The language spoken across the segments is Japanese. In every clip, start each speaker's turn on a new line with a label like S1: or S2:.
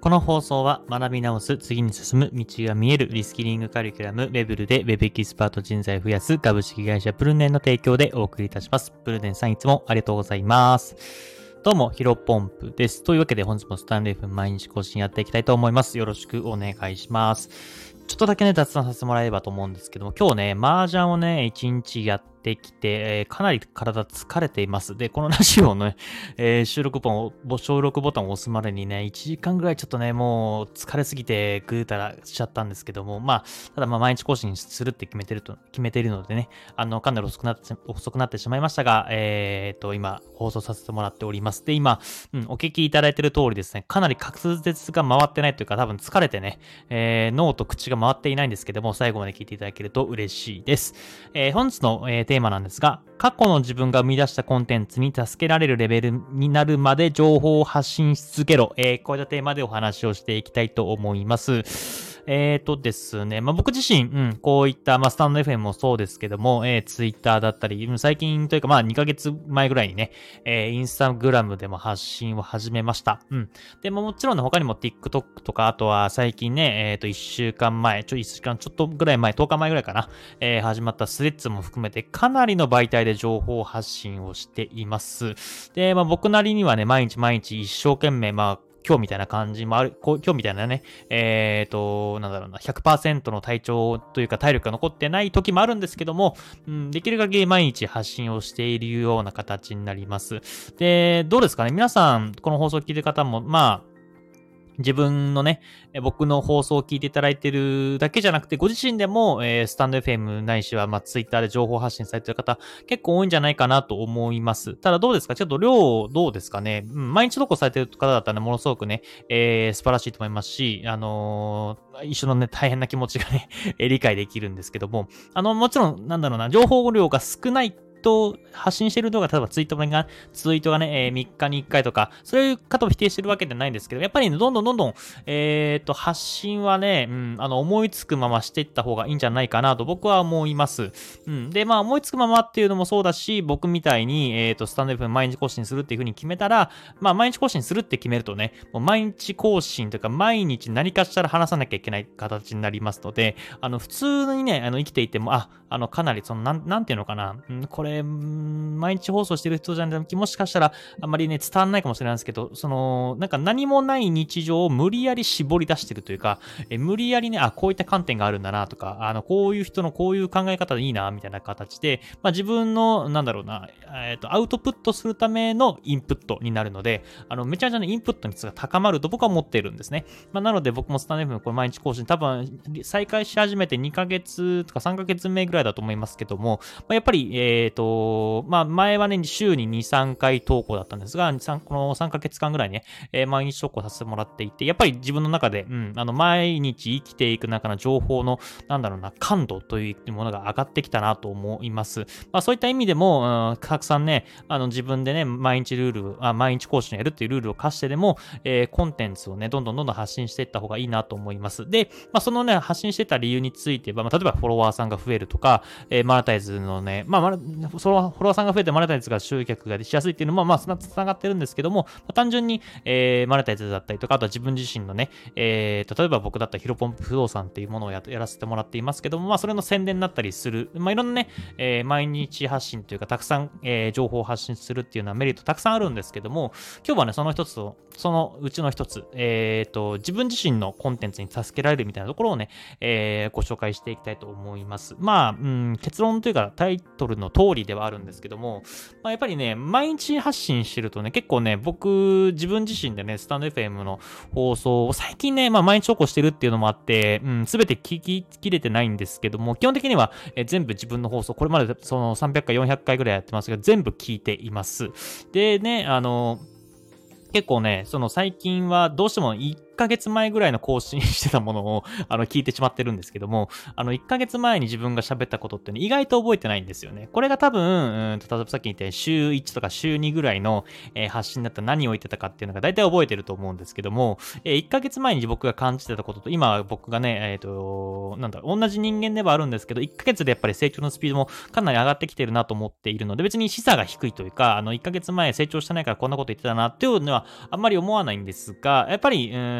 S1: この放送は学び直す、次に進む、道が見える、リスキリングカリキュラム、ウェブルでウェブエキスパート人材を増やす株式会社プルネンの提供でお送りいたします。プルネンさんいつもありがとうございます。どうも、ヒロポンプです。というわけで本日もスタンレーフ毎日更新やっていきたいと思います。よろしくお願いします。ちょっとだけね、雑談させてもらえればと思うんですけども、今日ね、麻雀をね、1日やってきて、かなり体疲れています。で、このラジオのね、収録ボタンを押すまでにね、1時間ぐらいちょっとね、もう疲れすぎてぐうたらしちゃったんですけども、ただ毎日更新するって決めているのでね、かなり遅くなってしまいましたが、今、放送させてもらっております。で、今、お聞きいただいている通りですね、かなり滑舌が回ってないというか、多分疲れてね、脳と口が回っていないんですけども、最後まで聞いていただけると嬉しいです。本日の、テーマなんですが、過去の自分が生み出したコンテンツに助けられるレベルになるまで情報を発信し続けろ。こういったテーマでお話をしていきたいと思います。ですね、僕自身、こういった、スタンド FM もそうですけども、ツイッターだったり、最近というか、2ヶ月前ぐらいにね、インスタグラムでも発信を始めました。で、もちろんね、他にも TikTok とか、あとは最近ね、1週間前、1週間ちょっとぐらい前、10日前ぐらいかな、始まったスレッズも含めて、かなりの媒体で情報発信をしています。で、僕なりにはね、毎日一生懸命、今日みたいな感じもある、今日みたいなね、100% の体調というか体力が残ってない時もあるんですけども、できる限り毎日発信をしているような形になります。で、どうですかね皆さん、この放送を聞いてる方も、自分のね、僕の放送を聞いていただいているだけじゃなくて、ご自身でも、スタンド FM ないしは、ツイッターで情報発信されている方、結構多いんじゃないかなと思います。ただどうですかちょっと量、どうですかね毎日投稿されている方だったらね、ものすごくね、素晴らしいと思いますし、一緒のね、大変な気持ちがね、理解できるんですけども、もちろん、情報量が少ない発信している動画、例えばツイートがね、3日に1回とか、そういう方を否定してるわけではないんですけど、やっぱりね、どんどん、発信はね、思いつくまましていった方がいいんじゃないかなと僕は思います。で、思いつくままっていうのもそうだし、僕みたいに、スタンド FM 毎日更新するっていう風に決めたら、毎日更新するって決めるとね、もう毎日更新というか、毎日何かしら話さなきゃいけない形になりますので、普通にね、生きていても、かなり、なんていうのかな、これ、毎日放送してる人じゃなくて、もしかしたら、あんまりね、伝わんないかもしれないんですけど、何もない日常を無理やり絞り出してるというか、無理やりね、こういった観点があるんだなとか、こういう人のこういう考え方でいいな、みたいな形で、自分の、アウトプットするためのインプットになるので、めちゃめちゃね、インプットの質が高まると僕は思っているんですね。なので僕もスタンド FM これ毎日更新、多分、再開し始めて2ヶ月とか3ヶ月目ぐらいだと思いますけども、やっぱり、前はね、週に2、3回投稿だったんですが、この3ヶ月間ぐらいね、毎日投稿させてもらっていて、やっぱり自分の中で、毎日生きていく中の情報の、感度というものが上がってきたなと思います。そういった意味でも、たくさんね、自分でね、毎日更新をやるっていうルールを課してでも、コンテンツをね、どんどん発信していった方がいいなと思います。で、そのね、発信していった理由については、例えばフォロワーさんが増えるとか、マネタイズのね、そのフォロワーさんが増えてマネタイズが集客がしやすいっていうのも、つながってるんですけども、単純に、マネタイズだったりとか、あとは自分自身のね、例えば僕だったらヒロポンプ不動産っていうものをやらせてもらっていますけども、それの宣伝になったりする、いろんなね、毎日発信というか、たくさん、情報を発信するっていうのはメリットたくさんあるんですけども、今日はね、そのうちの一つ、自分自身のコンテンツに助けられるみたいなところをね、ご紹介していきたいと思います。結論というかタイトルの通りではあるんですけども、やっぱりね、毎日発信してるとね、結構ね、自分自身でね、スタンド FM の放送を最近ね、毎日投稿してるっていうのもあって、すべて聞き切れてないんですけども、基本的には、全部自分の放送、これまでその300回、400回ぐらいやってますが、全部聞いています。でね、結構ね、最近はどうしても1ヶ月前ぐらいの更新してたものを、聞いてしまってるんですけども、1ヶ月前に自分が喋ったことってね、意外と覚えてないんですよね。これが多分、例えばさっき言った週1とか週2ぐらいの、発信だったら何を言ってたかっていうのが大体覚えてると思うんですけども、1ヶ月前に僕が感じてたことと、今僕がね、同じ人間ではあるんですけど、1ヶ月でやっぱり成長のスピードもかなり上がってきてるなと思っているので、別に示唆が低いというか、1ヶ月前成長してないからこんなこと言ってたなっていうのはあんまり思わないんですが、やっぱり、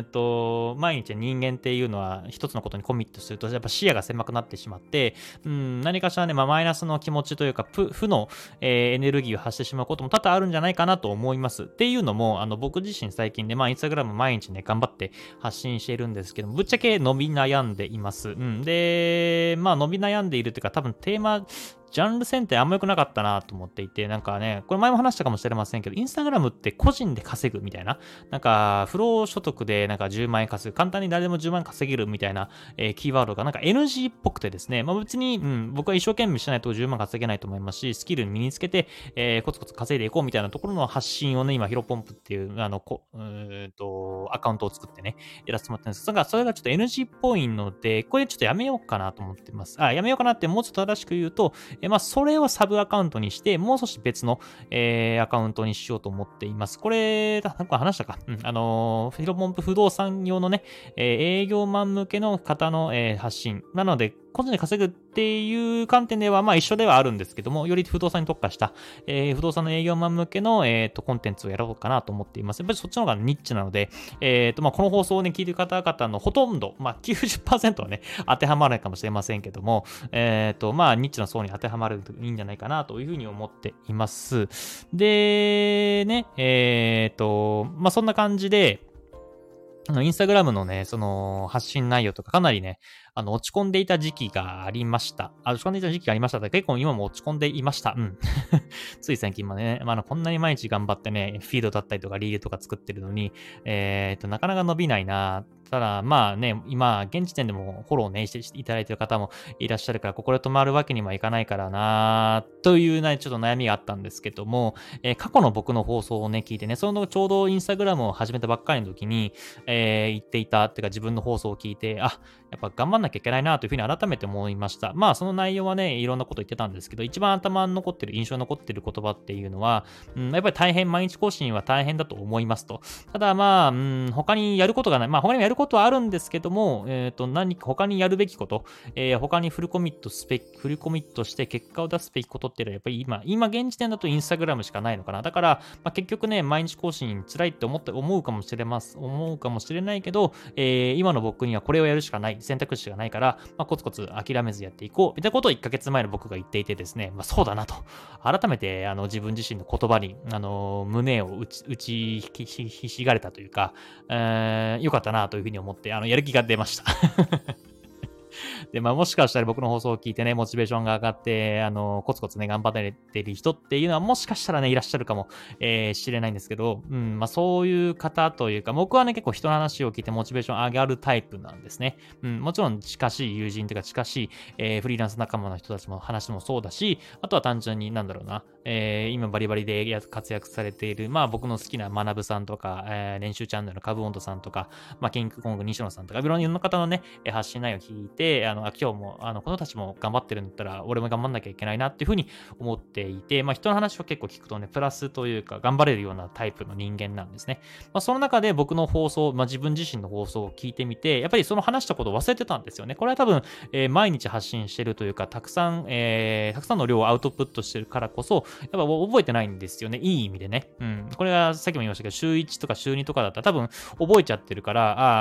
S1: 毎日人間っていうのは一つのことにコミットすると、やっぱ視野が狭くなってしまって、何かしらね、マイナスの気持ちというか、負の、エネルギーを発してしまうことも多々あるんじゃないかなと思います。っていうのも、僕自身最近ね、インスタグラム毎日ね、頑張って発信しているんですけども、ぶっちゃけ伸び悩んでいます。で、伸び悩んでいるっていうか、多分テーマ、ジャンル選定あんま良くなかったなと思っていて、なんかね、これ前も話したかもしれませんけど、インスタグラムって個人で稼ぐみたいな、なんか、不労所得でなんか10万円稼ぐ、簡単に誰でも10万円稼げるみたいな、キーワードがなんか NG っぽくてですね、別に、僕は一生懸命しないと10万稼げないと思いますし、スキル身につけて、コツコツ稼いでいこうみたいなところの発信をね、今、ヒロポンプっていう、アカウントを作ってね、やらせてもらってるんですが、それがちょっと NG っぽいので、これちょっとやめようかなと思ってます。やめようかなってもうちょっと正しく言うと、それをサブアカウントにして、もう少し別の、アカウントにしようと思っています。これ、なんか話したか。ヒロポンプ不動産用のね、営業マン向けの方の、発信。なので、個人で稼ぐっていう観点では、一緒ではあるんですけども、より不動産に特化した、不動産の営業マン向けの、コンテンツをやろうかなと思っています。やっぱりそっちの方がニッチなので、この放送をね、聞いてる方々のほとんど、90% はね、当てはまらないかもしれませんけども、ニッチな層に当てはまるといいんじゃないかなというふうに思っています。で、ね、そんな感じで、インスタグラムのね、その発信内容とかかなりね、落ち込んでいた時期がありました。落ち込んでいた時期がありましたって結構今も落ち込んでいました。つい最近までね、こんなに毎日頑張ってね、フィードだったりとかリールとか作ってるのに、なかなか伸びないな。ただ、今、現時点でもフォローね、していただいている方もいらっしゃるから、ここで止まるわけにはいかないからな、というね、ちょっと悩みがあったんですけども、過去の僕の放送をね、聞いてね、そのちょうどインスタグラムを始めたばっかりの時に、言っていたっていうか自分の放送を聞いて、やっぱ頑張んなきゃいけないなというふうに改めて思いました。その内容はね、いろんなこと言ってたんですけど、一番頭に残ってる、印象に残ってる言葉っていうのは、やっぱり大変、毎日更新は大変だと思いますと。ただ他にやることがない。他にもやることはあるんですけども、何か他にやるべきこと、他にフルコミットして結果を出すべきことっていうのは、やっぱり今現時点だとインスタグラムしかないのかな。だから、結局ね、毎日更新辛いって思うかもしれないけど、今の僕にはこれをやるしかない、選択肢がないから、コツコツ諦めずやっていこう、みたいなことを1ヶ月前の僕が言っていてですね、そうだなと。改めて、自分自身の言葉に、胸を打ちひしがれたというか、良かったなというふうに思って、やる気が出ました。で、もしかしたら僕の放送を聞いてね、モチベーションが上がって、コツコツね、頑張っている人っていうのは、もしかしたらね、いらっしゃるかも、しれないんですけど、そういう方というか、僕はね、結構人の話を聞いてモチベーション上がるタイプなんですね。もちろん近しい友人というか、近しい、フリーランス仲間の人たちも話もそうだし、あとは単純に今バリバリで活躍されている、僕の好きな学さんとか、練習チャンネルのカブオンドさんとか、キングコング西野さんとか、いろんな方のね、発信内容を聞いて、今日も、この人たちも頑張ってるんだったら、俺も頑張んなきゃいけないなっていうふうに思っていて、人の話を結構聞くとね、プラスというか、頑張れるようなタイプの人間なんですね。その中で僕の放送、自分自身の放送を聞いてみて、やっぱりその話したことを忘れてたんですよね。これは多分、毎日発信してるというか、たくさんの量をアウトプットしてるからこそ、やっぱ覚えてないんですよね。いい意味でね。これはさっきも言いましたけど、週1とか週2とかだったら多分覚えちゃってるから、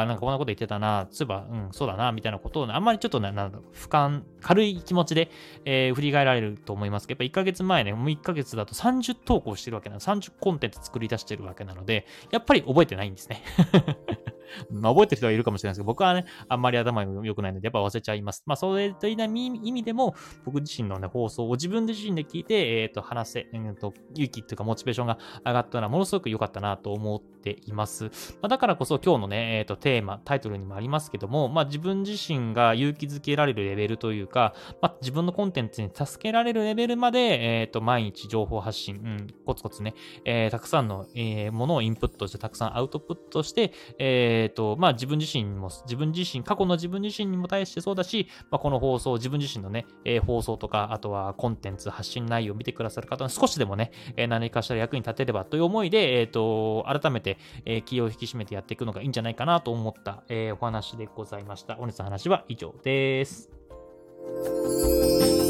S1: なんかこんなこと言ってたな、そういえば、そうだな、みたいなことを、あんまりちょっと軽い気持ちで、振り返られると思いますけど、やっぱ1ヶ月前ね、もう1ヶ月だと30投稿してるわけなの、30コンテンツ作り出してるわけなので、やっぱり覚えてないんですね。覚えてる人はいるかもしれないですけど、僕はね、あんまり頭が良くないので、やっぱ忘れちゃいます。それという意味でも、僕自身のね、放送を自分自身で聞いて、勇気っていうかモチベーションが上がったのはものすごく良かったなと思っています。だからこそ今日のね、テーマ、タイトルにもありますけども、自分自身が勇気づけられるレベルというか、自分のコンテンツに助けられるレベルまで、毎日情報発信、コツコツね、たくさんの、ものをインプットして、たくさんアウトプットして、自分自身、過去の自分自身にも対してそうだし、この放送、自分自身のね、放送とか、あとはコンテンツ、発信内容を見てくださる方の少しでもね、何かしら役に立てればという思いで、改めて、気を引き締めてやっていくのがいいんじゃないかなと思った、お話でございました。本日の話は以上です。